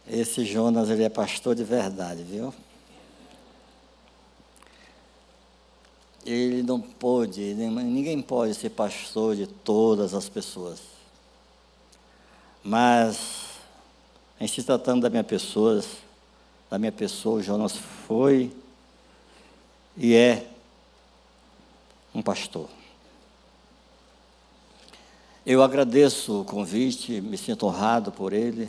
Esse Jonas, ele é pastor de verdade, viu? Ele não pôde, ninguém pode ser pastor de todas as pessoas. Mas, em se tratando da minha pessoa, o Jonas foi e é um pastor. Eu agradeço o convite, me sinto honrado por ele.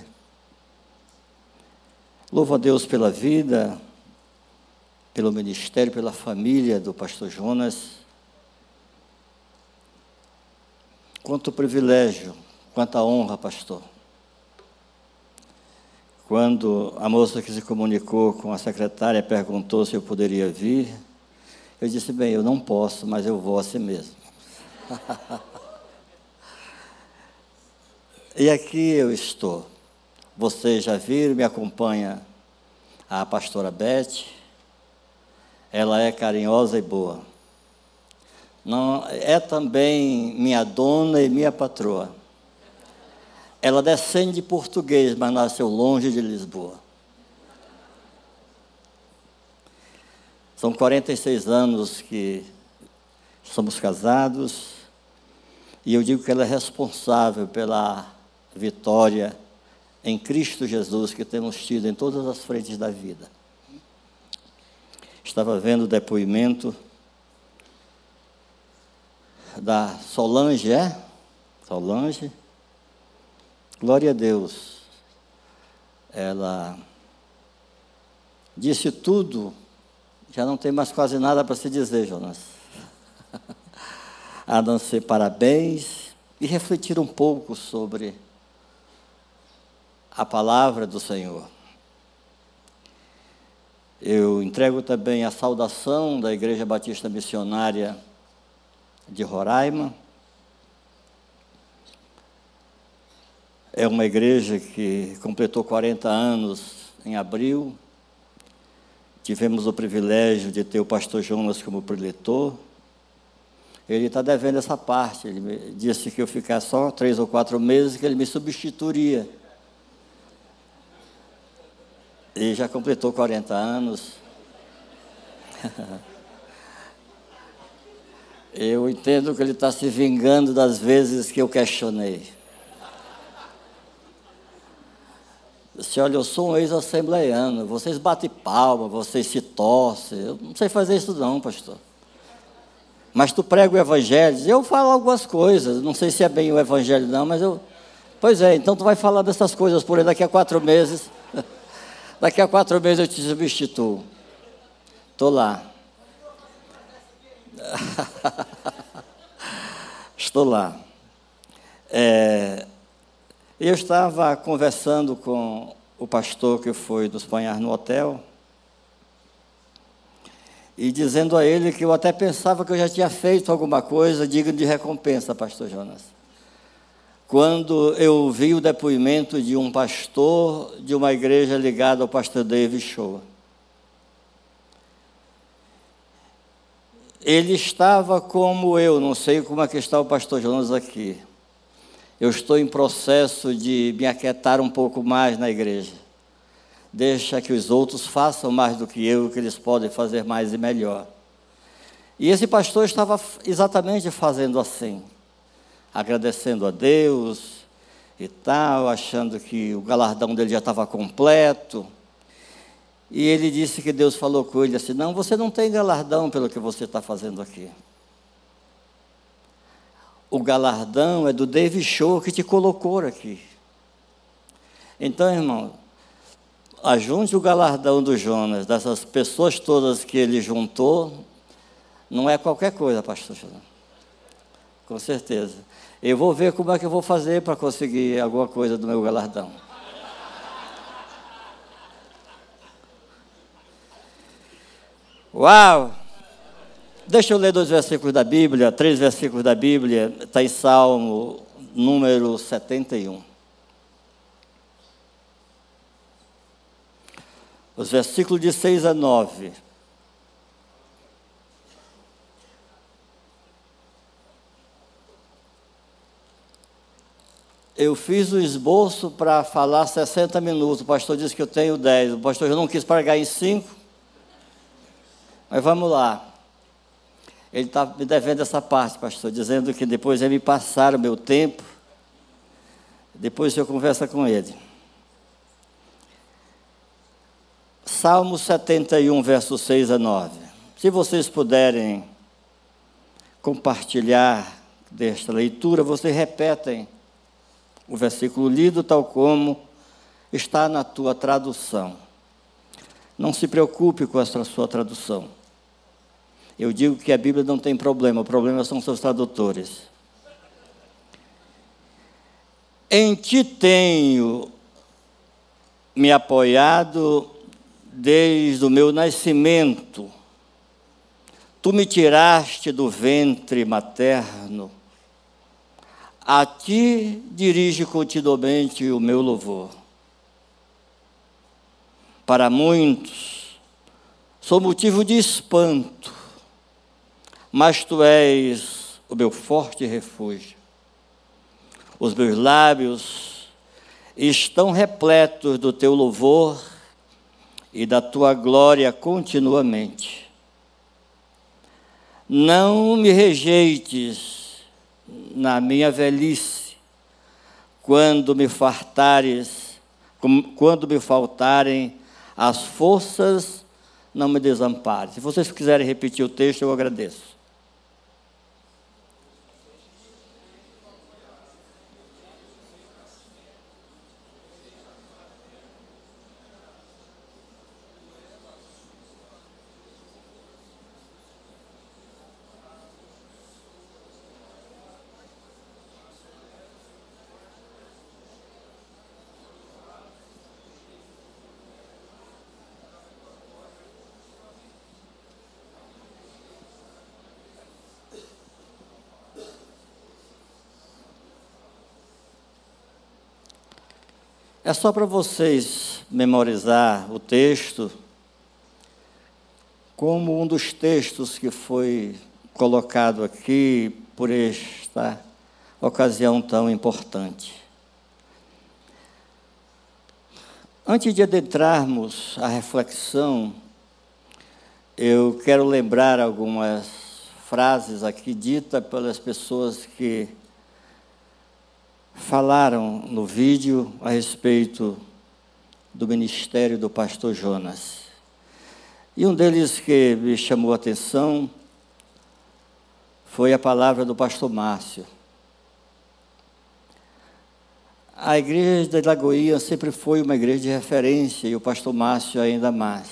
Louvo a Deus pela vida, pelo ministério, pela família do pastor Jonas. Quanto privilégio, quanta honra, pastor. Quando a moça que se comunicou com a secretária perguntou se eu poderia vir, eu disse, bem, eu não posso, mas eu vou assim mesmo. E aqui eu estou. Vocês já viram, me acompanha a pastora Beth. Ela é carinhosa e boa. Não, é também minha dona e minha patroa. Ela descende de português, mas nasceu longe de Lisboa. São 46 anos que somos casados, e eu digo que ela é responsável pela vitória em Cristo Jesus que temos tido em todas as frentes da vida. Estava vendo o depoimento da Solange, Solange. Glória a Deus. Ela disse tudo, já não tem mais quase nada para se dizer, Jonas. A não ser parabéns e refletir um pouco sobre a palavra do Senhor. Eu entrego também a saudação da Igreja Batista Missionária de Roraima. É uma igreja que completou 40 anos em abril. Tivemos o privilégio de ter o pastor Jonas como preletor. Ele está devendo essa parte. Ele me disse que eu ficar só 3 ou 4 meses, que ele me substituiria. Ele já completou 40 anos. Eu entendo que ele está se vingando das vezes que eu questionei. Disse, olha, eu sou um ex-assembleiano, vocês batem palma, vocês se torcem. Eu não sei fazer isso não, pastor. Mas tu prega o evangelho. Eu falo algumas coisas, não sei se é bem o evangelho não, mas eu... Pois é, então tu vai falar dessas coisas por aí daqui a 4 meses. Daqui a 4 meses eu te substituo. Estou lá. Estou lá. Eu estava conversando com o pastor que foi nos banhar no hotel e dizendo a ele que eu até pensava que eu já tinha feito alguma coisa digna de recompensa, pastor Jonas. Quando eu vi o depoimento de um pastor de uma igreja ligada ao pastor David Shoa. Ele estava como eu, não sei como é que está o pastor Jonas aqui. Eu estou em processo de me aquietar um pouco mais na igreja. Deixa que os outros façam mais do que eu, que eles podem fazer mais e melhor. E esse pastor estava exatamente fazendo assim, agradecendo a Deus e tal, achando que o galardão dele já estava completo. E ele disse que Deus falou com ele assim, não, você não tem galardão pelo que você está fazendo aqui. O galardão é do David Shoa que te colocou aqui. Então, irmão, ajunte o galardão do Jonas, dessas pessoas todas que ele juntou, não é qualquer coisa, pastor Jonas. Com certeza. Eu vou ver como é que eu vou fazer para conseguir alguma coisa do meu galardão. Uau! Deixa eu ler 2 versículos da Bíblia, 3 versículos da Bíblia, está em Salmo número 71. Os versículos de 6 a 9. Eu fiz o esboço para falar 60 minutos. O pastor disse que eu tenho 10. O pastor já não quis pagar em 5. Mas vamos lá. Ele está me devendo essa parte, pastor, dizendo que depois vai me passar o meu tempo. Depois eu converso com ele. Salmo 71, versos 6 a 9. Se vocês puderem compartilhar desta leitura, vocês repetem o versículo lido tal como está na tua tradução. Não se preocupe com essa sua tradução. Eu digo que a Bíblia não tem problema, o problema são seus tradutores. Em ti tenho me apoiado desde o meu nascimento. Tu me tiraste do ventre materno. A ti dirige continuamente o meu louvor. Para muitos, sou motivo de espanto, mas tu és o meu forte refúgio. Os meus lábios estão repletos do teu louvor e da tua glória continuamente. Não me rejeites na minha velhice, quando me faltarem as forças, não me desampare. Se vocês quiserem repetir o texto, eu agradeço. É só para vocês memorizar o texto como um dos textos que foi colocado aqui por esta ocasião tão importante. Antes de adentrarmos a reflexão, eu quero lembrar algumas frases aqui ditas pelas pessoas que falaram no vídeo a respeito do ministério do pastor Jonas. E um deles que me chamou a atenção foi a palavra do pastor Márcio. A igreja de Lagoinha sempre foi uma igreja de referência, e o pastor Márcio ainda mais.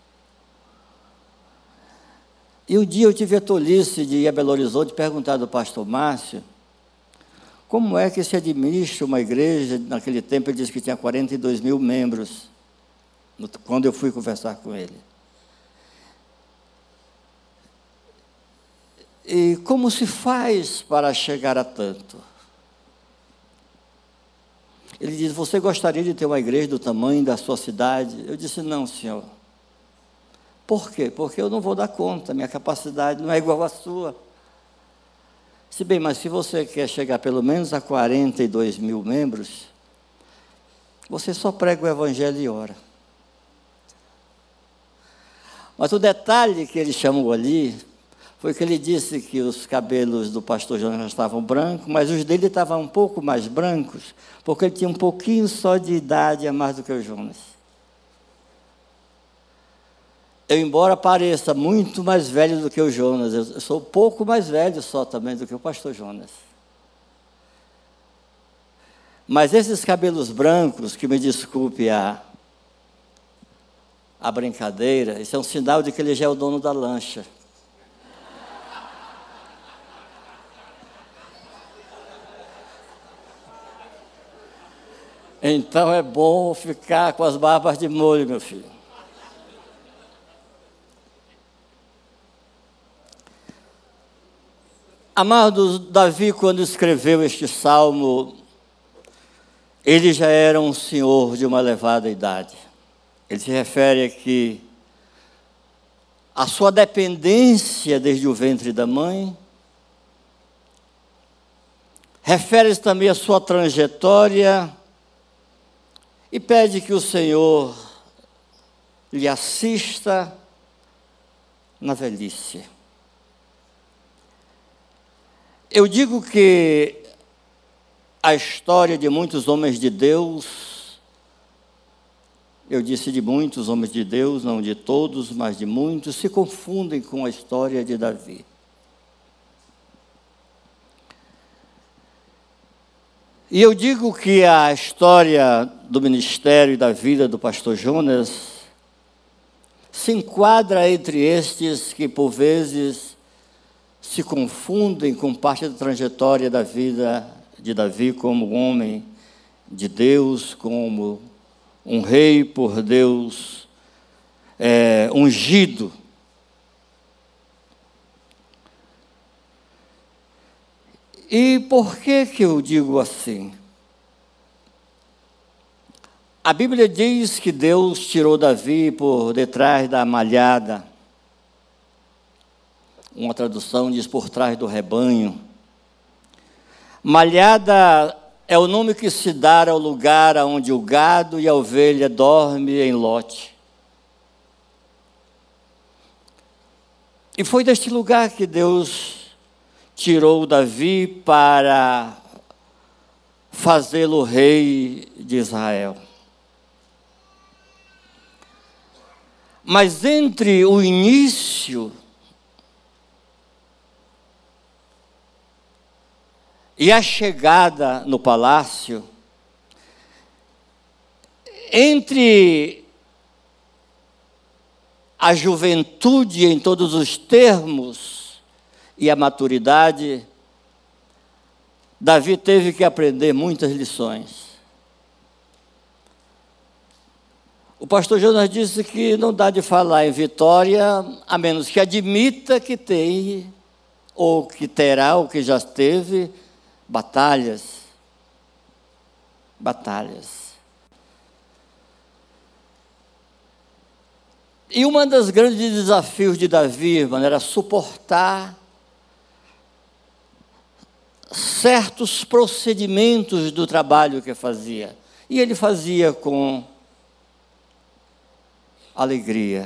E um dia eu tive a tolice de ir a Belo Horizonte e perguntar do pastor Márcio como é que se administra uma igreja. Naquele tempo ele disse que tinha 42 mil membros, quando eu fui conversar com ele. E como se faz para chegar a tanto? Ele diz: você gostaria de ter uma igreja do tamanho da sua cidade? Eu disse: não, senhor. Por quê? Porque eu não vou dar conta, minha capacidade não é igual à sua. Se bem, mas se você quer chegar pelo menos a 42 mil membros, você só prega o evangelho e ora. Mas o detalhe que ele chamou ali foi que ele disse que os cabelos do pastor Jonas estavam brancos, mas os dele estavam um pouco mais brancos, porque ele tinha um pouquinho só de idade a mais do que o Jonas. Eu, embora pareça muito mais velho do que o Jonas, eu sou um pouco mais velho só também do que o pastor Jonas. Mas esses cabelos brancos, que me desculpe a brincadeira, isso é um sinal de que ele já é o dono da lancha. Então é bom ficar com as barbas de molho, meu filho. Amado, Davi, quando escreveu este salmo, ele já era um senhor de uma elevada idade. Ele se refere aqui à sua dependência desde o ventre da mãe, refere-se também à sua trajetória e pede que o Senhor lhe assista na velhice. Eu digo que a história de muitos homens de Deus, eu disse de muitos homens de Deus, não de todos, mas de muitos, se confundem com a história de Davi. E eu digo que a história do ministério e da vida do pastor Jonas se enquadra entre estes que, por vezes, se confundem com parte da trajetória da vida de Davi como homem de Deus, como um rei por Deus, ungido. E por que eu digo assim? A Bíblia diz que Deus tirou Davi por detrás da malhada. Uma tradução diz por trás do rebanho. Malhada é o nome que se dá ao lugar onde o gado e a ovelha dormem em lote. E foi deste lugar que Deus tirou Davi para fazê-lo rei de Israel. Mas entre o início e a chegada no palácio, entre a juventude em todos os termos e a maturidade, Davi teve que aprender muitas lições. O pastor Jonas disse que não dá de falar em vitória, a menos que admita que tem, ou que terá, ou que já teve, batalhas. E um dos grandes desafios de Davi, irmão, era suportar certos procedimentos do trabalho que fazia. E ele fazia com alegria.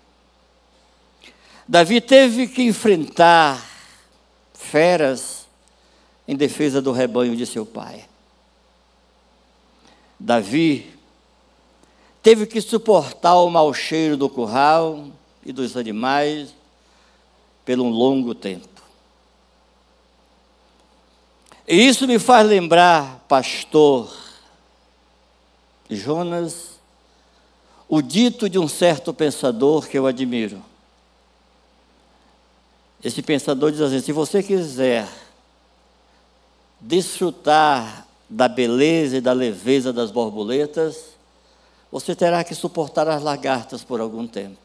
Davi teve que enfrentar feras em defesa do rebanho de seu pai. Davi teve que suportar o mau cheiro do curral e dos animais por um longo tempo. E isso me faz lembrar, pastor Jonas, o dito de um certo pensador que eu admiro. Esse pensador diz assim: se você quiser desfrutar da beleza e da leveza das borboletas, você terá que suportar as lagartas por algum tempo.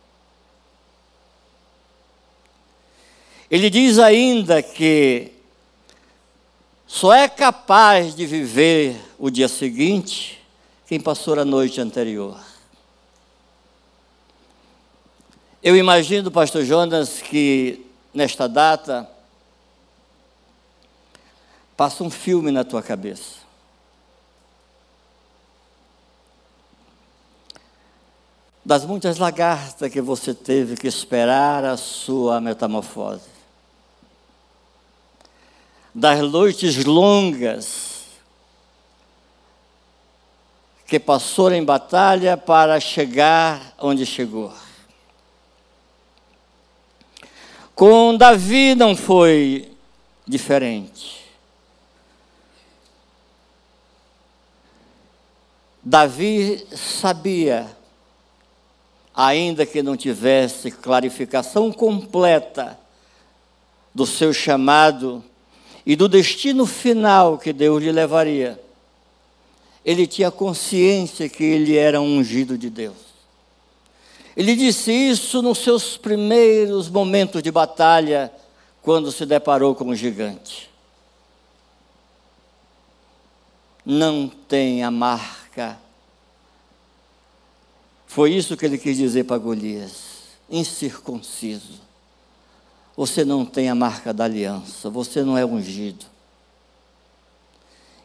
Ele diz ainda que só é capaz de viver o dia seguinte quem passou a noite anterior. Eu imagino, pastor Jonas, que nesta data passa um filme na tua cabeça. Das muitas lagartas que você teve que esperar a sua metamorfose. Das noites longas que passou em batalha para chegar onde chegou. Com Davi não foi diferente. Davi sabia, ainda que não tivesse clarificação completa do seu chamado e do destino final que Deus lhe levaria, ele tinha consciência que ele era um ungido de Deus. Ele disse isso nos seus primeiros momentos de batalha, quando se deparou com o gigante. Não tem a marca. Foi isso que ele quis dizer para Golias: incircunciso. Você não tem a marca da aliança, você não é ungido.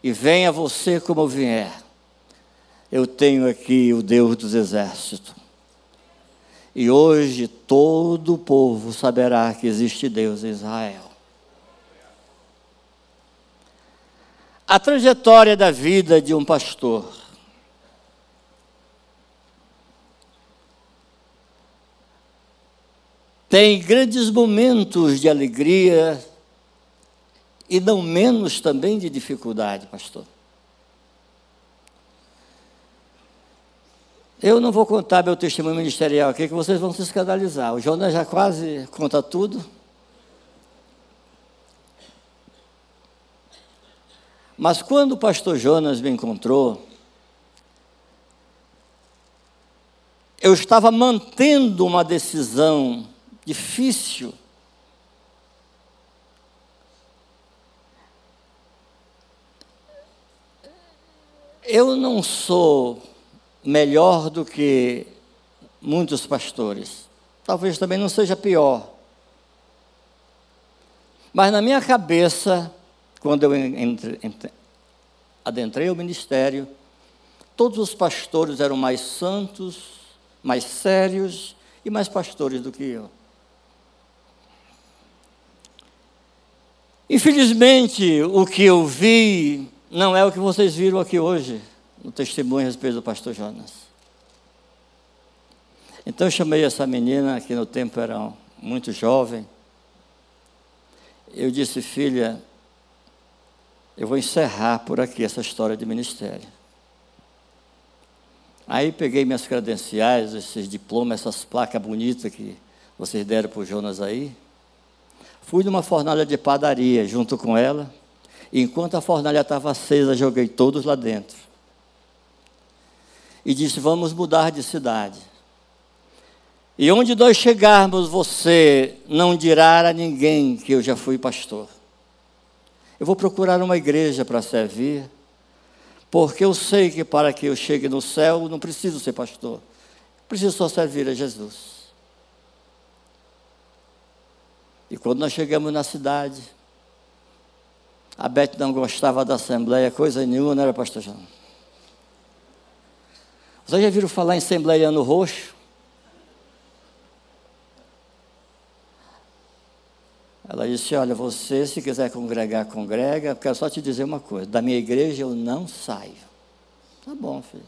e venha você como vier, eu tenho aqui o Deus dos exércitos. E hoje todo o povo saberá que existe Deus em Israel. A trajetória da vida de um pastor tem grandes momentos de alegria e não menos também de dificuldade, pastor. Eu não vou contar meu testemunho ministerial aqui, que vocês vão se escandalizar. O Jonas já quase conta tudo. Mas quando o pastor Jonas me encontrou, eu estava mantendo uma decisão difícil. Eu não sou melhor do que muitos pastores. Talvez também não seja pior. Mas na minha cabeça, quando eu adentrei o ministério, todos os pastores eram mais santos, mais sérios e mais pastores do que eu. Infelizmente, o que eu vi não é o que vocês viram aqui hoje, no testemunho a respeito do pastor Jonas. Então eu chamei essa menina, que no tempo era muito jovem. Eu disse: filha, eu vou encerrar por aqui essa história de ministério. Aí peguei minhas credenciais, esses diplomas, essas placas bonitas que vocês deram para o Jonas aí. Fui numa fornalha de padaria junto com ela. E enquanto a fornalha estava acesa, joguei todos lá dentro. E disse: vamos mudar de cidade. E onde nós chegarmos, você não dirá a ninguém que eu já fui pastor. Eu vou procurar uma igreja para servir, porque eu sei que para que eu chegue no céu, não preciso ser pastor. Preciso só servir a Jesus. E quando nós chegamos na cidade, a Beth não gostava da assembleia, coisa nenhuma, não era, pastor João? Vocês já viram falar em Assembleiano Roxo? Ela disse: olha, você se quiser congregar, congrega. Eu quero só te dizer uma coisa: da minha igreja eu não saio. Tá bom, filho.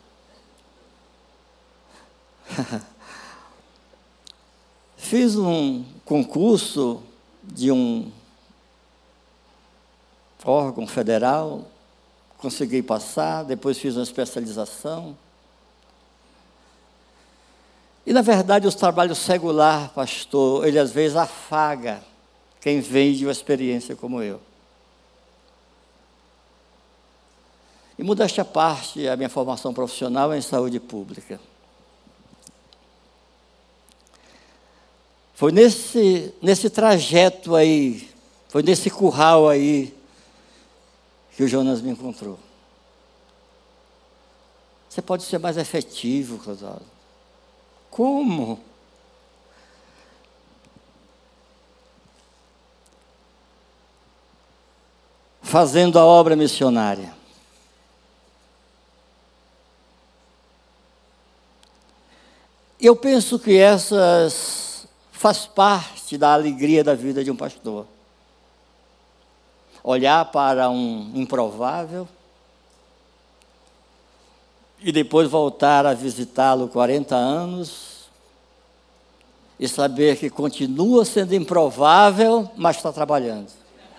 Fiz um concurso de um órgão federal, consegui passar, depois fiz uma especialização. E, na verdade, os trabalhos secular, pastor, ele às vezes afaga quem vem de uma experiência como eu. E, modéstia à parte, a minha formação profissional é em saúde pública. Foi nesse trajeto aí, foi nesse curral aí, que o Jonas me encontrou. Você pode ser mais efetivo, casado. Como? Fazendo a obra missionária. Eu penso que essas faz parte da alegria da vida de um pastor. Olhar para um improvável e depois voltar a visitá-lo 40 anos e saber que continua sendo improvável, mas está trabalhando.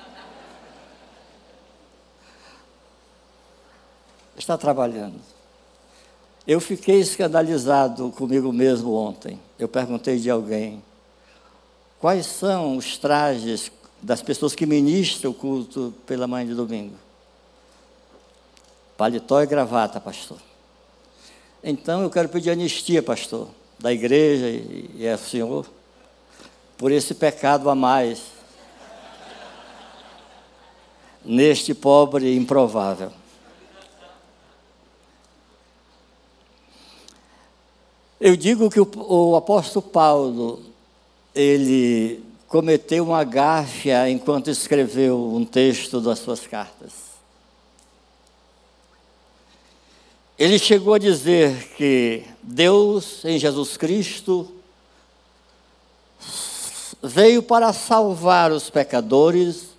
Está trabalhando. Eu fiquei escandalizado comigo mesmo ontem. Eu perguntei de alguém: quais são os trajes das pessoas que ministram o culto pela manhã de domingo? Paletó e gravata, pastor. Então eu quero pedir anistia, pastor, da igreja e ao senhor, por esse pecado a mais, neste pobre e improvável. Eu digo que o apóstolo Paulo, ele cometeu uma gáfia enquanto escreveu um texto das suas cartas. Ele chegou a dizer que Deus, em Jesus Cristo, veio para salvar os pecadores,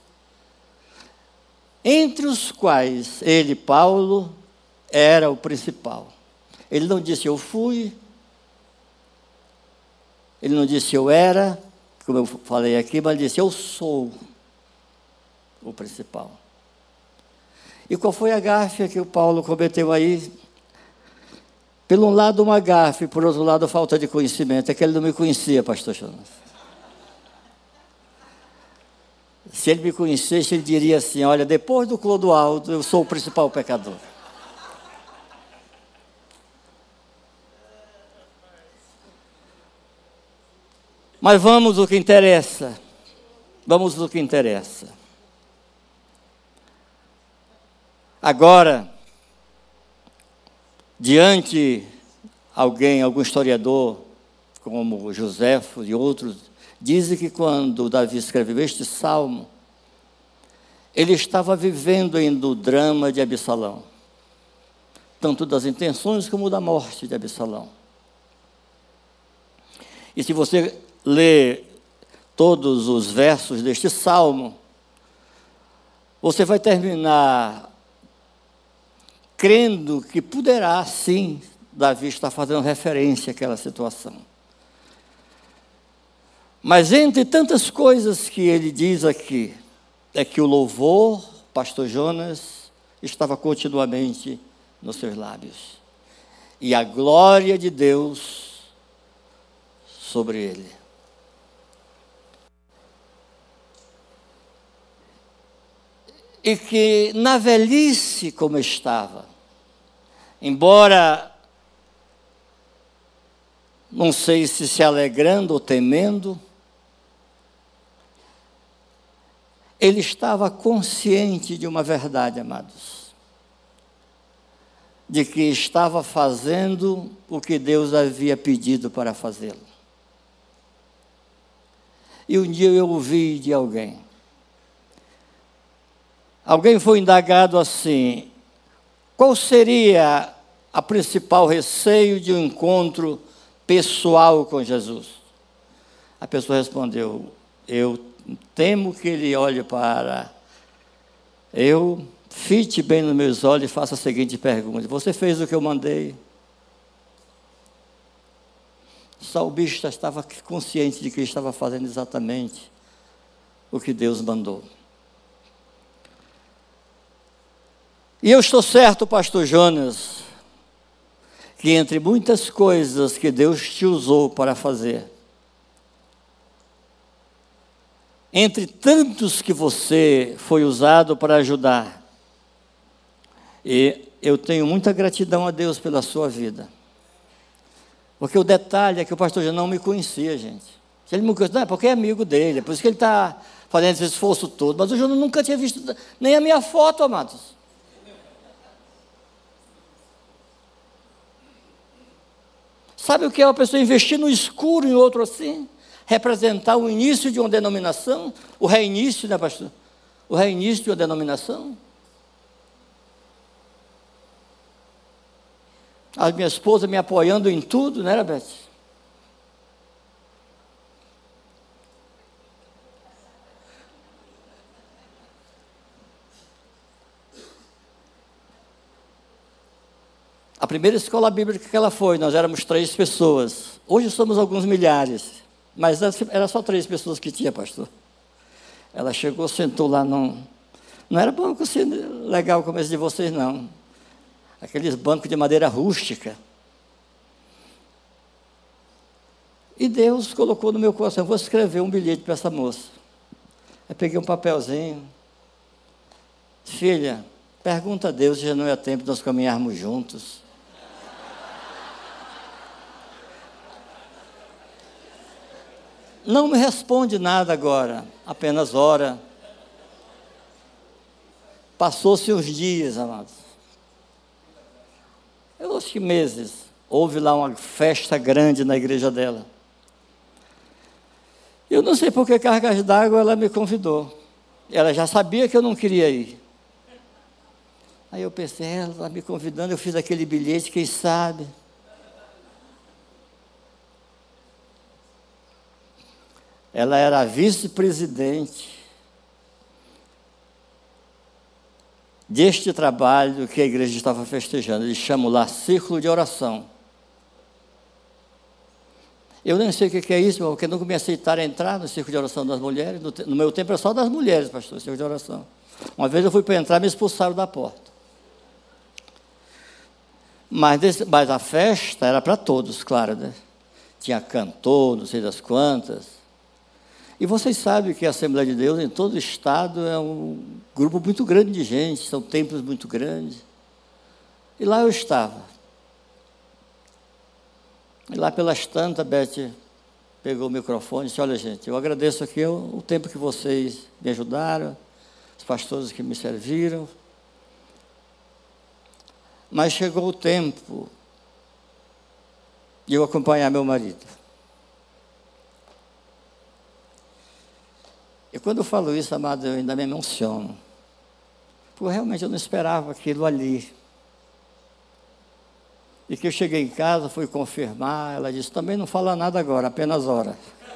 entre os quais ele, Paulo, era o principal. Ele não disse eu fui, ele não disse eu era, como eu falei aqui, mas ele disse eu sou o principal. E qual foi a gafe que o Paulo cometeu aí? Por um lado uma gafe, por outro lado a falta de conhecimento. É que ele não me conhecia, pastor Jonas. Se ele me conhecesse, ele diria assim, olha, depois do Clodoaldo, eu sou o principal pecador. Mas vamos ao que interessa. Vamos ao que interessa. Agora, diante algum historiador, como Joséfo e outros, dizem que quando Davi escreveu este salmo, ele estava vivendo ainda o drama de Absalão, tanto das intenções como da morte de Absalão. E se você ler todos os versos deste salmo, você vai terminar crendo que poderá, sim, Davi estar fazendo referência àquela situação. Mas entre tantas coisas que ele diz aqui, é que o louvor, pastor Jonas, estava continuamente nos seus lábios. E a glória de Deus sobre ele. E que na velhice como estava, embora não sei se alegrando ou temendo, ele estava consciente de uma verdade, amados, de que estava fazendo o que Deus havia pedido para fazê-lo. E um dia eu ouvi de alguém foi indagado assim, qual seria a principal receio de um encontro pessoal com Jesus? A pessoa respondeu, eu temo que ele olhe para eu, fite bem nos meus olhos e faça a seguinte pergunta, você fez o que eu mandei? O salmista estava consciente de que ele estava fazendo exatamente o que Deus mandou. E eu estou certo, pastor Jonas, que entre muitas coisas que Deus te usou para fazer, entre tantos que você foi usado para ajudar, e eu tenho muita gratidão a Deus pela sua vida. Porque o detalhe é que o pastor Jonas não me conhecia, gente. Se ele me conhecia, não, é porque é amigo dele, é por isso que ele está fazendo esse esforço todo. Mas o Jonas nunca tinha visto nem a minha foto, amados. Sabe o que é uma pessoa investir no escuro em outro assim? Representar o início de uma denominação, o reinício, né, pastor? O reinício de uma denominação. A minha esposa me apoiando em tudo, né, Beth? A primeira escola bíblica que ela foi, nós éramos 3 pessoas. Hoje somos alguns milhares, mas era só 3 pessoas que tinha, pastor. Ela chegou, sentou lá, não era banco assim, legal como esse de vocês, não. Aqueles bancos de madeira rústica. E Deus colocou no meu coração, vou escrever um bilhete para essa moça. Aí peguei um papelzinho. Filha, pergunta a Deus se já não é tempo de nós caminharmos juntos. Não me responde nada agora, apenas ora. Passou-se uns dias, amados. Eu acho que meses. Houve lá uma festa grande na igreja dela. Eu não sei por que cargas d'água ela me convidou. Ela já sabia que eu não queria ir. Aí eu pensei, ela está me convidando, eu fiz aquele bilhete, quem sabe? Ela era a vice-presidente deste trabalho que a igreja estava festejando. Eles chamam lá Círculo de Oração. Eu nem sei o que é isso, porque nunca me aceitaram entrar no Círculo de Oração das mulheres. No meu tempo era só das mulheres, pastor, Círculo de Oração. Uma vez eu fui para entrar e me expulsaram da porta. Mas a festa era para todos, claro, né? Tinha cantor, não sei das quantas. E vocês sabem que a Assembleia de Deus, em todo o estado, é um grupo muito grande de gente, são templos muito grandes. E lá eu estava. E lá pelas tantas, a Beth pegou o microfone e disse, olha gente, eu agradeço aqui o tempo que vocês me ajudaram, os pastores que me serviram. Mas chegou o tempo de eu acompanhar meu marido. E quando eu falo isso, amado, eu ainda me emociono. Porque realmente eu não esperava aquilo ali. E que eu cheguei em casa, fui confirmar, ela disse, também não fala nada agora, apenas ora.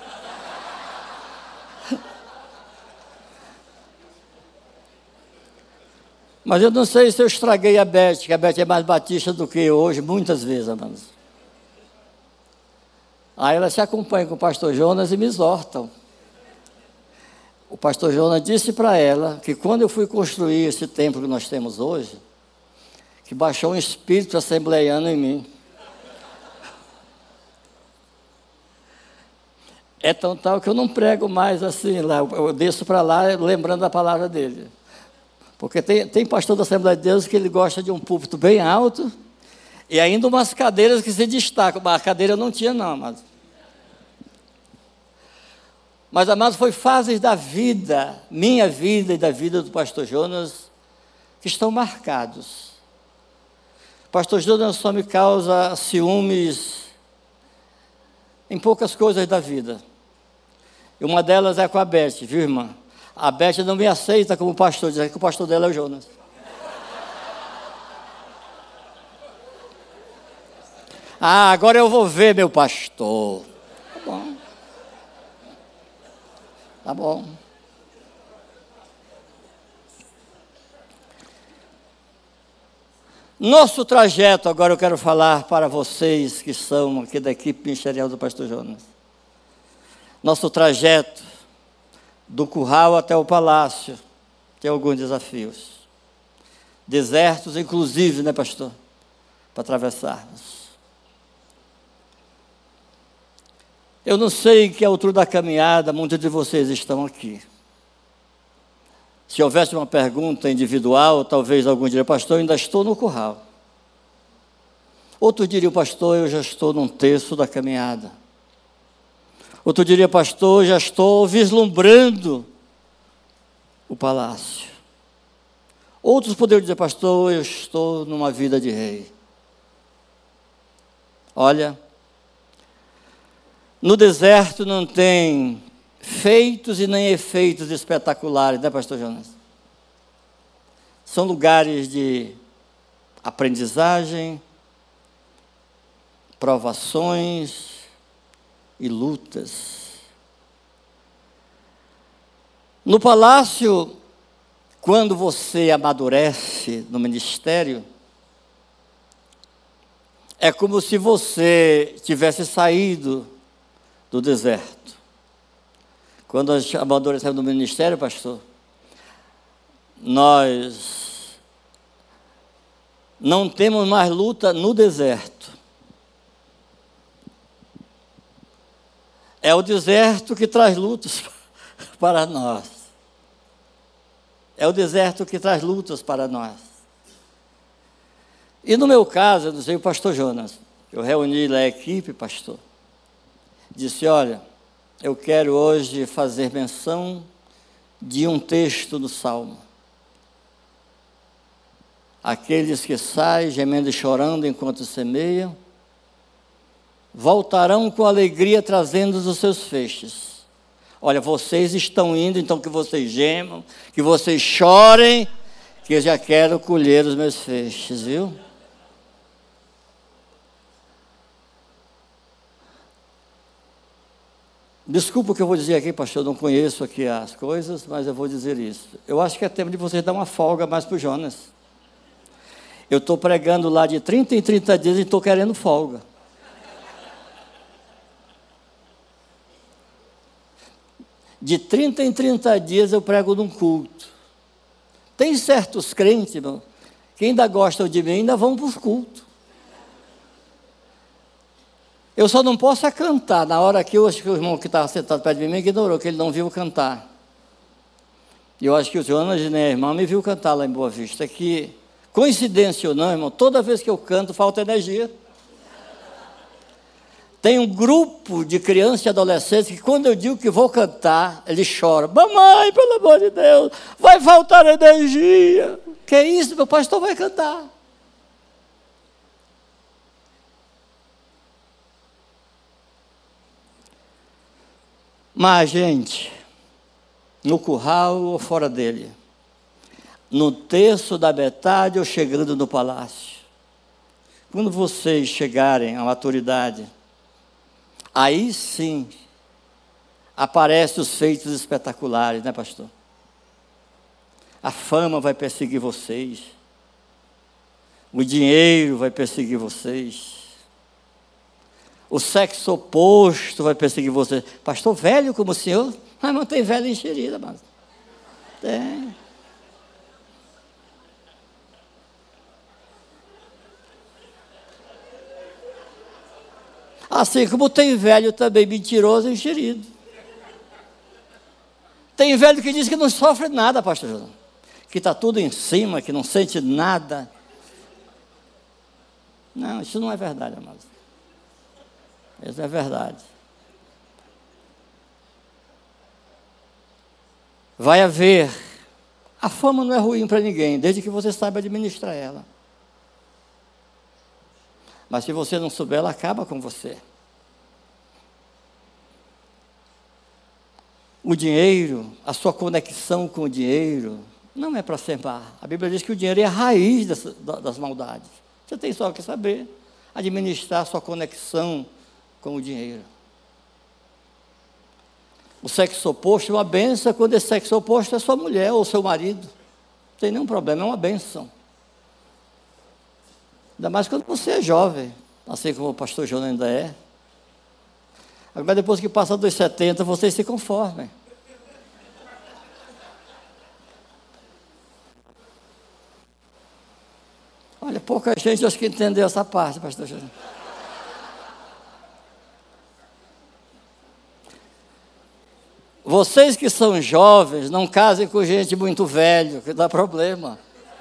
Mas eu não sei se eu estraguei a Beth, que a Beth é mais batista do que eu hoje, muitas vezes, amados. Aí ela se acompanha com o pastor Jonas e me exortam. O pastor Jonas disse para ela que quando eu fui construir esse templo que nós temos hoje, que baixou um espírito assembleiano em mim. É tão tal que eu não prego mais assim lá, eu desço para lá lembrando da palavra dele. Porque tem pastor da Assembleia de Deus que ele gosta de um púlpito bem alto e ainda umas cadeiras que se destacam. A cadeira eu não tinha não, Mas, amados, foi fases da vida, minha vida e da vida do pastor Jonas, que estão marcados. O pastor Jonas só me causa ciúmes em poucas coisas da vida. E uma delas é com a Beth, viu, irmã? A Beth não me aceita como pastor, diz que o pastor dela é o Jonas. Ah, agora eu vou ver meu pastor. Tá bom. Tá bom. Nosso trajeto, agora eu quero falar para vocês que são aqui da equipe ministerial do pastor Jonas. Nosso trajeto do curral até o palácio tem alguns desafios. Desertos, inclusive, né, pastor? Para atravessarmos. Eu não sei em que altura da caminhada muitos de vocês estão aqui. Se houvesse uma pergunta individual, talvez algum diria, pastor, eu ainda estou no curral. Outro diria, pastor, eu já estou num terço da caminhada. Outro diria, pastor, eu já estou vislumbrando o palácio. Outros poderiam dizer, pastor, eu estou numa vida de rei. Olha, no deserto não tem feitos e nem efeitos espetaculares, né, pastor Jonas? São lugares de aprendizagem, provações e lutas. No palácio, quando você amadurece no ministério, é como se você tivesse saído do deserto. Quando nós amadurecemos no ministério, pastor, nós não temos mais luta no deserto. É o deserto que traz lutas para nós. É o deserto que traz lutas para nós. E no meu caso, eu não sei o pastor Jonas, eu reuni lá a equipe, pastor, disse, olha, eu quero hoje fazer menção de um texto do Salmo. Aqueles que saem gemendo e chorando enquanto semeiam, voltarão com alegria trazendo os seus feixes. Olha, vocês estão indo, então que vocês gemam, que vocês chorem, que eu já quero colher os meus feixes, viu? Desculpa o que eu vou dizer aqui, pastor, eu não conheço aqui as coisas, mas eu vou dizer isso. Eu acho que é tempo de vocês dar uma folga mais para o Jonas. Eu estou pregando lá de 30 em 30 dias e estou querendo folga. De 30 em 30 dias eu prego num culto. Tem certos crentes, irmão, que ainda gostam de mim, ainda vão para os cultos. Eu só não posso cantar. Na hora que eu acho que o irmão que estava sentado perto de mim me ignorou, que ele não viu cantar. E eu acho que o Jonas e a irmã me viu cantar lá em Boa Vista. Que, coincidência ou não, irmão, toda vez que eu canto, falta energia. Tem um grupo de crianças e adolescentes que quando eu digo que vou cantar, eles choram. Mamãe, pelo amor de Deus, vai faltar energia. Que é isso, meu pastor vai cantar. Mas, gente, no curral ou fora dele, no terço da metade ou chegando no palácio, quando vocês chegarem à maturidade, aí sim, aparecem os feitos espetaculares, né, pastor? A fama vai perseguir vocês, o dinheiro vai perseguir vocês, o sexo oposto vai perseguir você. Pastor, velho como o senhor? Mas não tem velho enxerida, mas tem. Assim como tem velho também mentiroso e enxerido. Tem velho que diz que não sofre nada, pastor João. Que está tudo em cima, que não sente nada. Não, isso não é verdade, amados. Isso é verdade. Vai haver. A fama não é ruim para ninguém, desde que você saiba administrar ela. Mas se você não souber, ela acaba com você. O dinheiro, a sua conexão com o dinheiro, não é para ser má. A Bíblia diz que o dinheiro é a raiz das maldades. Você tem só que saber administrar a sua conexão com o dinheiro. O sexo oposto é uma bênção quando esse sexo oposto é sua mulher ou seu marido. Não tem nenhum problema, é uma bênção. Ainda mais quando você é jovem, assim como o pastor Jonas ainda é. Agora, depois que passa dos 70, vocês se conformem. Olha, pouca gente acho que entendeu essa parte, pastor Jonas. Vocês que são jovens, não casem com gente muito velho, que dá problema.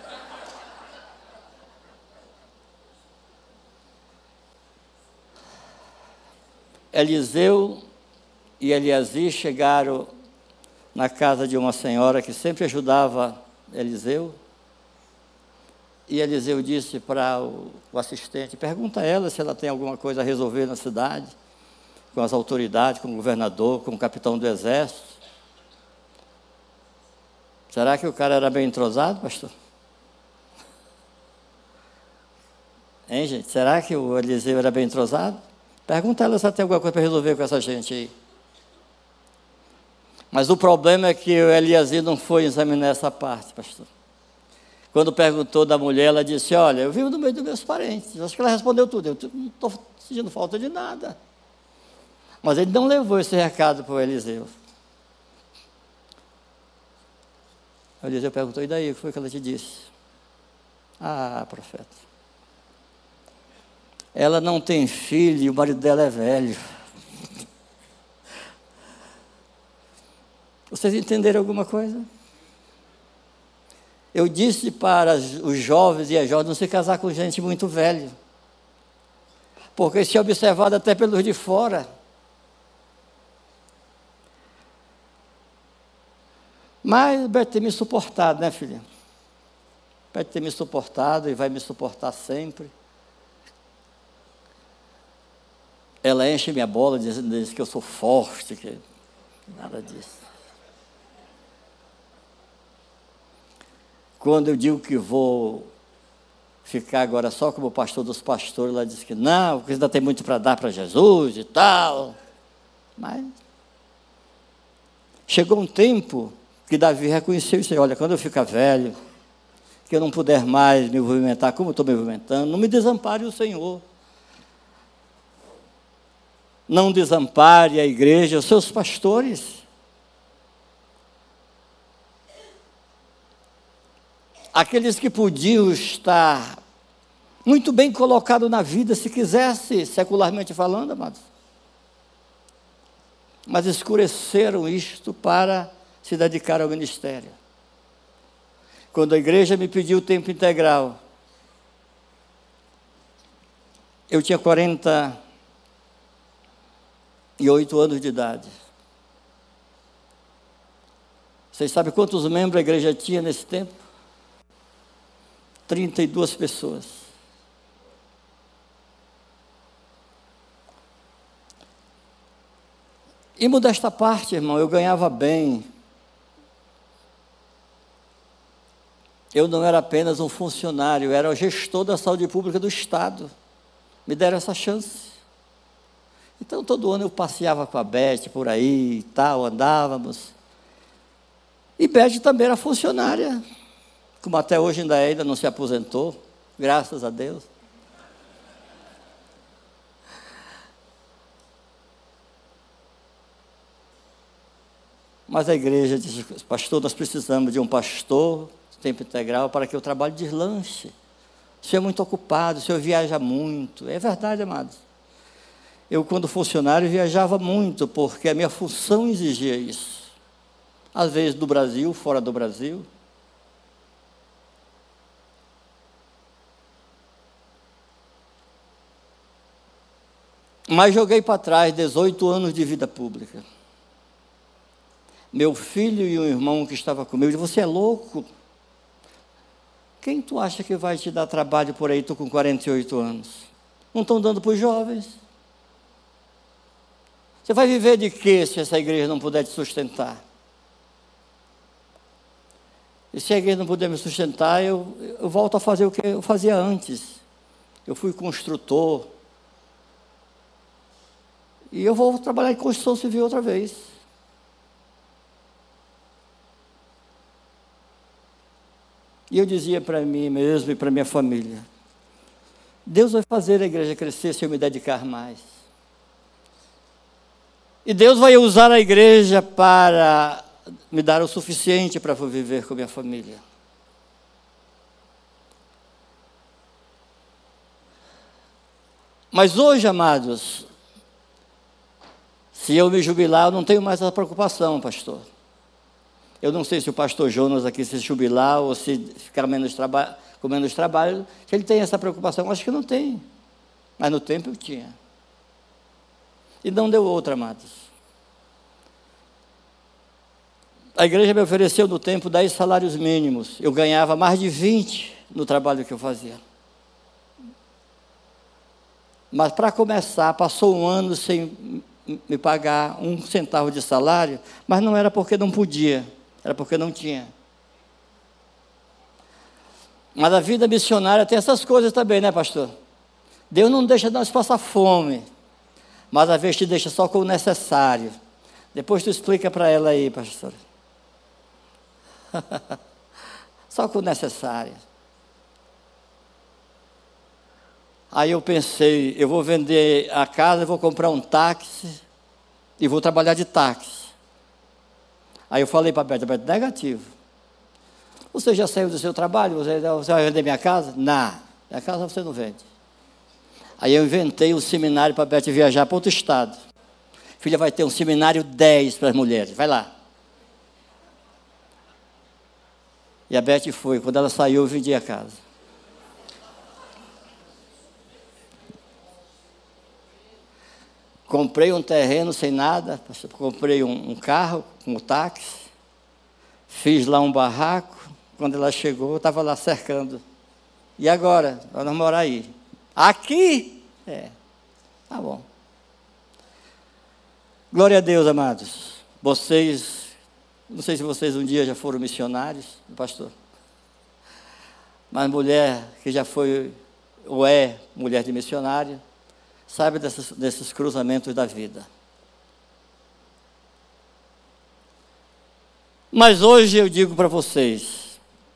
Eliseu e Eliasi chegaram na casa de uma senhora que sempre ajudava Eliseu. E Eliseu disse para o assistente, pergunta a ela se ela tem alguma coisa a resolver na cidade, com as autoridades, com o governador, com o capitão do exército. Será que o cara era bem entrosado, pastor? Hein, gente? Será que o Eliseu era bem entrosado? Pergunta a ela se ela tem alguma coisa para resolver com essa gente aí. Mas o problema é que o Eliasi não foi examinar essa parte, pastor. Quando perguntou da mulher, ela disse, olha, eu vivo no meio dos meus parentes. Acho que ela respondeu tudo, eu não estou sentindo falta de nada. Mas ele não levou esse recado para o Eliseu. O Eliseu perguntou, e daí, o que foi que ela te disse? Ah, profeta. Ela não tem filho e o marido dela é velho. Vocês entenderam alguma coisa? Eu disse para os jovens e as jovens não se casar com gente muito velha. Porque isso é observado até pelos de fora. Mas vai ter me suportado, né, filha? Vai ter me suportado e vai me suportar sempre. Ela enche minha bola dizendo que eu sou forte, que nada disso. Quando eu digo que vou ficar agora só como pastor dos pastores, ela disse que não, porque ainda tem muito para dar para Jesus e tal. Mas chegou um tempo que Davi reconheceu isso. Olha, quando eu ficar velho, que eu não puder mais me movimentar como eu estou me movimentando, não me desampare o Senhor. Não desampare a igreja, os seus pastores. Aqueles que podiam estar muito bem colocados na vida, se quisesse, secularmente falando, amados. Mas escureceram isto para se dedicar ao ministério. Quando a igreja me pediu tempo integral, eu tinha 48 anos de idade. Vocês sabem quantos membros a igreja tinha nesse tempo? 32 pessoas. E modesta parte, irmão, eu ganhava bem. Eu não era apenas um funcionário, eu era o gestor da saúde pública do Estado. Me deram essa chance. Então, todo ano eu passeava com a Beth por aí e tal, andávamos. E Beth também era funcionária, como até hoje ainda não se aposentou, graças a Deus. Mas a igreja disse, pastor, nós precisamos de um pastor de tempo integral para que o trabalho deslanche. O senhor é muito ocupado, o senhor viaja muito. É verdade, amados. Eu, quando funcionário, viajava muito, porque a minha função exigia isso. Às vezes do Brasil, fora do Brasil. Mas joguei para trás 18 anos de vida pública. Meu filho e um irmão que estava comigo, você é louco? Quem tu acha que vai te dar trabalho por aí, tu com 48 anos? Não estão dando para os jovens. Você vai viver de quê se essa igreja não puder te sustentar? E se a igreja não puder me sustentar, eu volto a fazer o que eu fazia antes. Eu fui construtor. E eu vou trabalhar em construção civil outra vez. E eu dizia para mim mesmo e para minha família, Deus vai fazer a igreja crescer se eu me dedicar mais. E Deus vai usar a igreja para me dar o suficiente para viver com minha família. Mas hoje, amados, se eu me jubilar, eu não tenho mais essa preocupação, pastor. Eu não sei se o pastor Jonas aqui se jubilar ou se ficar com menos trabalho, se ele tem essa preocupação. Eu acho que não tem. Mas no tempo eu tinha. E não deu outra, amados. A igreja me ofereceu no tempo 10 salários mínimos. Eu ganhava mais de 20 no trabalho que eu fazia. Mas para começar, passou um ano sem me pagar 1 centavo de salário, mas não era porque não podia. Era porque não tinha. Mas a vida missionária tem essas coisas também, né, pastor? Deus não deixa nós passar fome, mas às vezes te deixa só com o necessário. Depois tu explica para ela aí, pastor. Só com o necessário. Aí eu pensei, eu vou vender a casa, vou comprar um táxi e vou trabalhar de táxi. Aí eu falei para a Beth, negativo. Você já saiu do seu trabalho? Você vai vender minha casa? Não, minha casa você não vende. Aí eu inventei um seminário para a Beth viajar para outro estado. Filha, vai ter um seminário 10 para as mulheres, vai lá. E a Beth foi, quando ela saiu eu vendi a casa. Comprei um terreno sem nada, comprei um carro, um táxi, fiz lá um barraco. Quando ela chegou, eu estava lá cercando. E agora? Vamos morar aí. Aqui? Tá bom. Glória a Deus, amados. Vocês, não sei se vocês um dia já foram missionários, pastor. Mas mulher que já foi ou é mulher de missionária, sabe desses cruzamentos da vida. Mas hoje eu digo para vocês,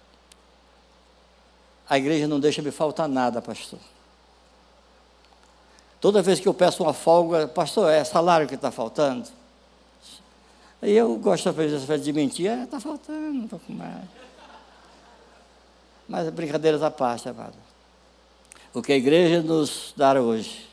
a igreja não deixa me faltar nada, pastor. Toda vez que eu peço uma folga, pastor, é salário que está faltando? Aí eu gosto às vezes de mentir, está faltando um pouco mais. Mas brincadeiras à parte, amado. O que a igreja nos dá hoje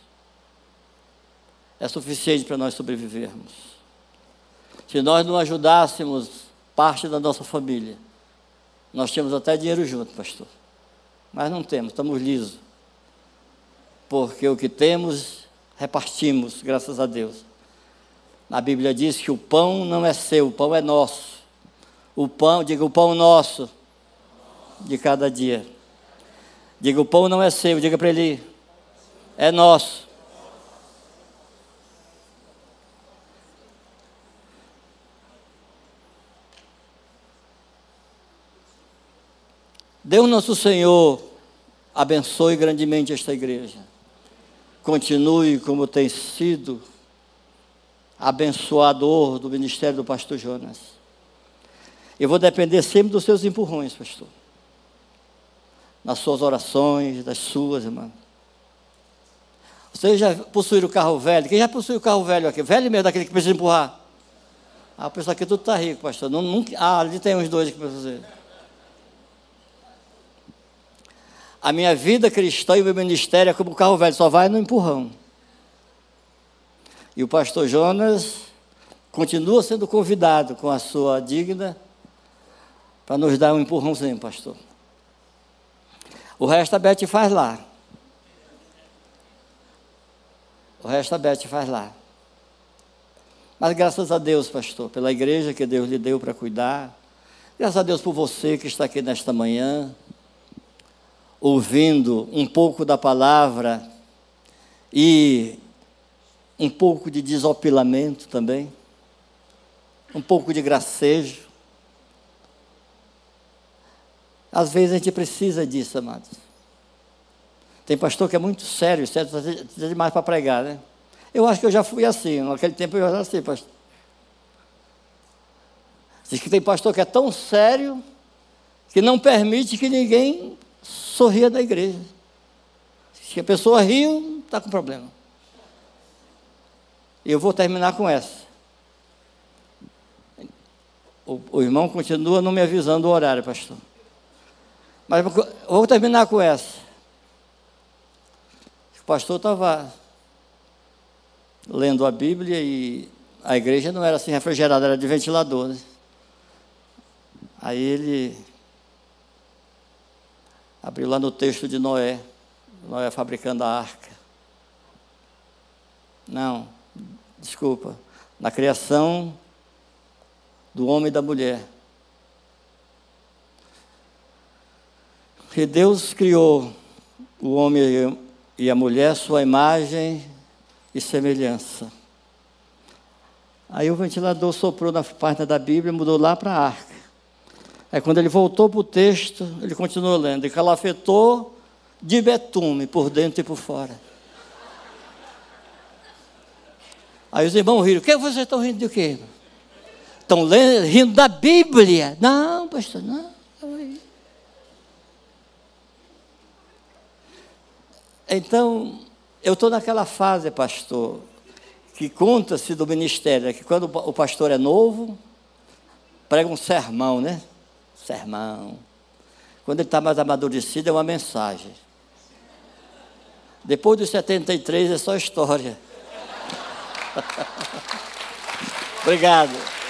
é suficiente para nós sobrevivermos. Se nós não ajudássemos parte da nossa família, nós tínhamos até dinheiro junto, pastor. Mas não temos, estamos lisos. Porque o que temos, repartimos, graças a Deus. A Bíblia diz que o pão não é seu, o pão é nosso. O pão, diga o pão nosso, de cada dia. Diga o pão não é seu, diga para ele, é nosso. Deus nosso Senhor abençoe grandemente esta igreja. Continue como tem sido abençoador do ministério do pastor Jonas. Eu vou depender sempre dos seus empurrões, pastor. Nas suas orações, das suas, irmã. Vocês já possuíram o carro velho? Quem já possuiu o carro velho aqui? Velho mesmo, daquele que precisa empurrar? O pessoal aqui tudo está rico, pastor. Ali tem uns dois aqui para você. A minha vida cristã e o meu ministério é como o carro velho, só vai no empurrão. E o pastor Jonas continua sendo convidado com a sua digna para nos dar um empurrãozinho, pastor. O resto a Beth faz lá. Mas graças a Deus, pastor, pela igreja que Deus lhe deu para cuidar. Graças a Deus por você que está aqui nesta manhã, ouvindo um pouco da palavra e um pouco de desopilamento também, um pouco de gracejo. Às vezes a gente precisa disso, amados. Tem pastor que é muito sério demais para pregar, né? Eu acho que eu já fui assim, naquele tempo eu já era assim, pastor. Diz que tem pastor que é tão sério que não permite que ninguém sorria da igreja. Se a pessoa riu, está com problema. E eu vou terminar com essa. O irmão continua não me avisando o horário, pastor. Mas eu vou terminar com essa. O pastor estava lendo a Bíblia e a igreja não era assim refrigerada, era de ventilador, né? Aí ele abriu lá no texto de Noé fabricando a arca. Não, desculpa, na criação do homem e da mulher. E Deus criou o homem e a mulher, sua imagem e semelhança. Aí o ventilador soprou na página da Bíblia, mudou lá para a arca. Aí quando ele voltou para o texto, ele continuou lendo. E calafetou de betume, por dentro e por fora. Aí os irmãos riram. O que vocês estão rindo de quê? Estão rindo da Bíblia? Não, pastor, não. Então, eu estou naquela fase, pastor, que conta-se do ministério, que quando o pastor é novo, prega um sermão, né? Sermão. Quando ele está mais amadurecido, é uma mensagem. Depois dos 73 é só história. Obrigado.